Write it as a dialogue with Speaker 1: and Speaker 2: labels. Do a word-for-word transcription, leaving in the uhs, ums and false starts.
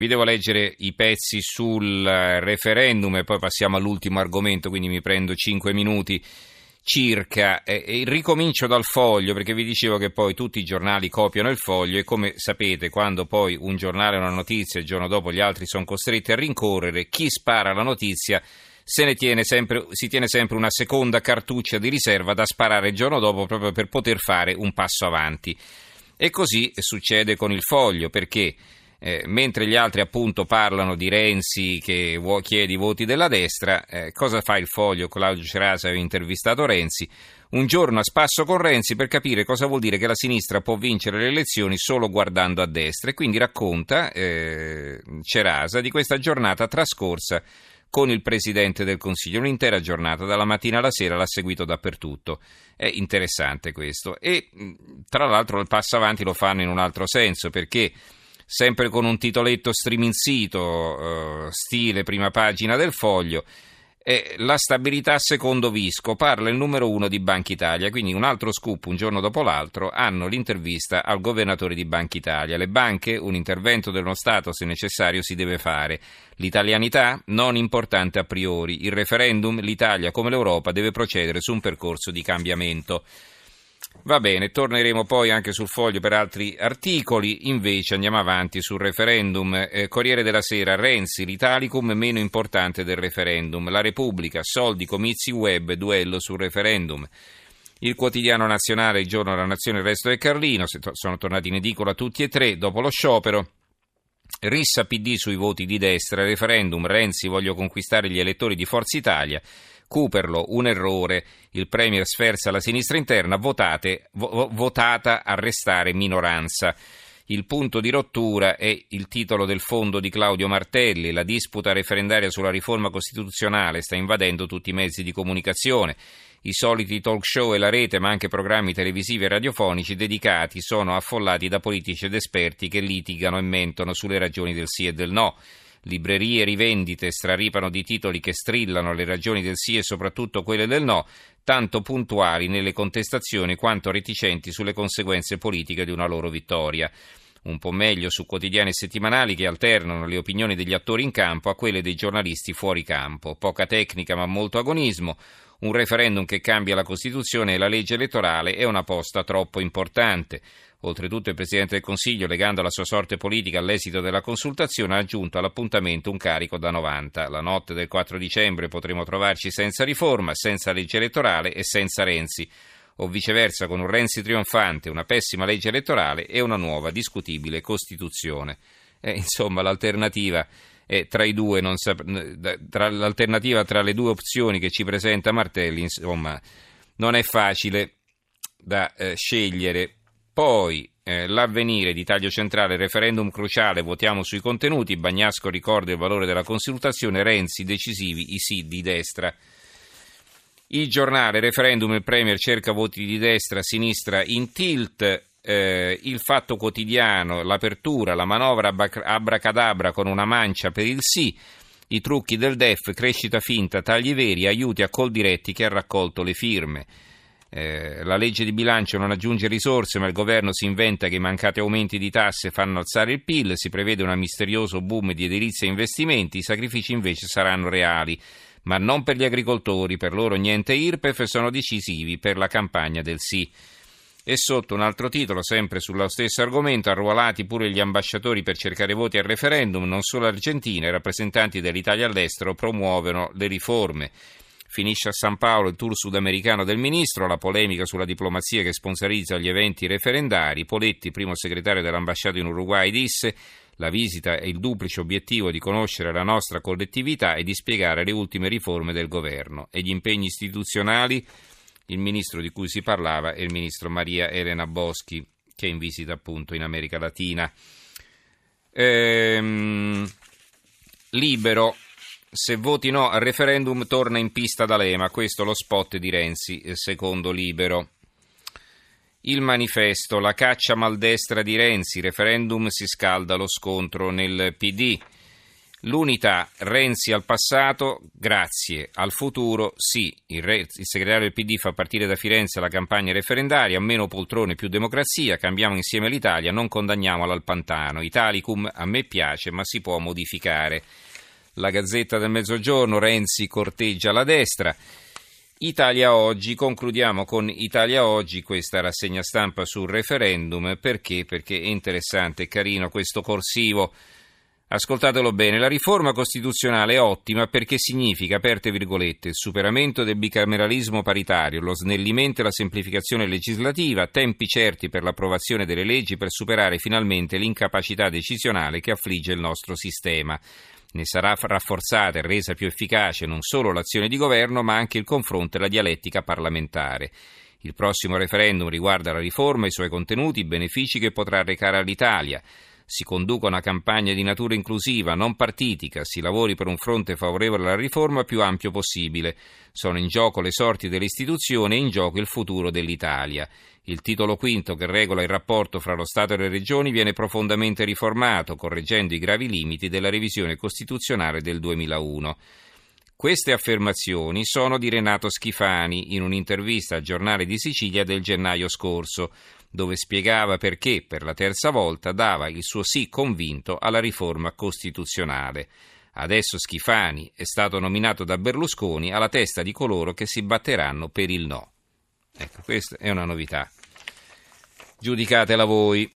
Speaker 1: Vi devo leggere i pezzi sul referendum e poi passiamo all'ultimo argomento, quindi mi prendo cinque minuti circa. E, e ricomincio dal Foglio, perché vi dicevo che poi tutti i giornali copiano il Foglio e, come sapete, quando poi un giornale ha una notizia e il giorno dopo gli altri sono costretti a rincorrere, chi spara la notizia se ne tiene sempre, si tiene sempre una seconda cartuccia di riserva da sparare il giorno dopo, proprio per poter fare un passo avanti. E così succede con il Foglio, perché Eh, mentre gli altri appunto parlano di Renzi che vuo, chiede i voti della destra, eh, cosa fa il Foglio? Claudio Cerasa aveva intervistato Renzi un giorno a spasso con Renzi per capire cosa vuol dire che la sinistra può vincere le elezioni solo guardando a destra, e quindi racconta eh, Cerasa di questa giornata trascorsa con il Presidente del Consiglio. Un'intera giornata, dalla mattina alla sera, l'ha seguito dappertutto. È interessante questo. E tra l'altro il passo avanti lo fanno in un altro senso, perché sempre con un titoletto striminzito, uh, stile prima pagina del Foglio, eh, la stabilità secondo Visco, parla il numero uno di Banca Italia, quindi un altro scoop un giorno dopo l'altro, hanno l'intervista al governatore di Banca Italia. Le banche, un intervento dello Stato se necessario si deve fare. L'italianità non importante a priori. Il referendum, l'Italia come l'Europa deve procedere su un percorso di cambiamento. Va bene, torneremo poi anche sul Foglio per altri articoli. Invece andiamo avanti sul referendum. eh, Corriere della Sera, Renzi, l'Italicum meno importante del referendum. La Repubblica, soldi, comizi web, duello sul referendum. Il Quotidiano Nazionale, Il Giorno della Nazione, Il Resto del Carlino, sono tornati in edicola tutti e tre dopo lo sciopero. Rissa P D sui voti di destra, referendum, Renzi, voglio conquistare gli elettori di Forza Italia. Cooperlo, un errore, il Premier sferza la sinistra interna, votate, vo- votata a restare minoranza. Il punto di rottura è il titolo del fondo di Claudio Martelli, la disputa referendaria sulla riforma costituzionale sta invadendo tutti i mezzi di comunicazione. I soliti talk show e la rete, ma anche programmi televisivi e radiofonici dedicati, sono affollati da politici ed esperti che litigano e mentono sulle ragioni del sì e del no. Librerie e rivendite straripano di titoli che strillano le ragioni del sì e soprattutto quelle del no, tanto puntuali nelle contestazioni quanto reticenti sulle conseguenze politiche di una loro vittoria. Un po' meglio su quotidiani e settimanali che alternano le opinioni degli attori in campo a quelle dei giornalisti fuori campo. Poca tecnica ma molto agonismo. Un referendum che cambia la Costituzione e la legge elettorale è una posta troppo importante. Oltretutto il Presidente del Consiglio, legando la sua sorte politica all'esito della consultazione, ha aggiunto all'appuntamento un carico da novanta. La notte del quattro dicembre potremo trovarci senza riforma, senza legge elettorale e senza Renzi. O viceversa, con un Renzi trionfante, una pessima legge elettorale e una nuova discutibile Costituzione. Eh, insomma, l'alternativa è tra i due, non sap- tra, l'alternativa tra le due opzioni che ci presenta Martelli, insomma, non è facile da eh, scegliere. Poi eh, l'Avvenire di taglio centrale, referendum cruciale, votiamo sui contenuti, Bagnasco ricorda il valore della consultazione, Renzi decisivi i sì di destra. Il Giornale, referendum, il Premier cerca voti di destra, sinistra in tilt. Eh, il Fatto Quotidiano, l'apertura, la manovra abracadabra con una mancia per il sì, i trucchi del D E F, crescita finta, tagli veri, aiuti a Coldiretti che ha raccolto le firme. Eh, la legge di bilancio non aggiunge risorse, ma il governo si inventa che i mancati aumenti di tasse fanno alzare il P I L, si prevede un misterioso boom di edilizia e investimenti, i sacrifici invece saranno reali, ma non per gli agricoltori, per loro niente I R P E F, sono decisivi per la campagna del sì. E sotto un altro titolo, sempre sullo stesso argomento, arruolati pure gli ambasciatori per cercare voti al referendum, non solo Argentina, i rappresentanti dell'Italia all'estero promuovono le riforme. Finisce a San Paolo il tour sudamericano del ministro, la polemica sulla diplomazia che sponsorizza gli eventi referendari. Poletti, primo segretario dell'ambasciata in Uruguay, disse: la visita è il duplice obiettivo di conoscere la nostra collettività e di spiegare le ultime riforme del governo. E gli impegni istituzionali? Il ministro di cui si parlava è il ministro Maria Elena Boschi, che è in visita appunto in America Latina. Ehm, Libero. Se voti no al referendum torna in pista D'Alema, questo lo spot di Renzi, secondo Libero. Il Manifesto, la caccia maldestra di Renzi, referendum si scalda lo scontro nel P D. L'unità, Renzi al passato, grazie, al futuro sì. Il, re, il segretario del P D fa partire da Firenze la campagna referendaria, meno poltrone, più democrazia, cambiamo insieme l'Italia, non condanniamola al pantano. Italicum a me piace, ma si può modificare. La Gazzetta del Mezzogiorno, Renzi corteggia la destra. Italia Oggi, concludiamo con Italia Oggi, questa rassegna stampa sul referendum, perché? Perché è interessante e carino questo corsivo. Ascoltatelo bene, la riforma costituzionale è ottima perché significa, aperte virgolette, il superamento del bicameralismo paritario, lo snellimento e la semplificazione legislativa, tempi certi per l'approvazione delle leggi per superare finalmente l'incapacità decisionale che affligge il nostro sistema. Ne sarà rafforzata e resa più efficace non solo l'azione di governo, ma anche il confronto e la dialettica parlamentare. Il prossimo referendum riguarda la riforma, i suoi contenuti, i benefici che potrà recare all'Italia. Si conduca una campagna di natura inclusiva, non partitica, si lavori per un fronte favorevole alla riforma più ampio possibile. Sono in gioco le sorti delle istituzioni e in gioco il futuro dell'Italia. Il titolo quinto che regola il rapporto fra lo Stato e le Regioni viene profondamente riformato, correggendo i gravi limiti della revisione costituzionale del duemilauno. Queste affermazioni sono di Renato Schifani in un'intervista al Giornale di Sicilia del gennaio scorso, dove spiegava perché per la terza volta dava il suo sì convinto alla riforma costituzionale. Adesso Schifani è stato nominato da Berlusconi alla testa di coloro che si batteranno per il no. Ecco, questa è una novità. Giudicatela voi.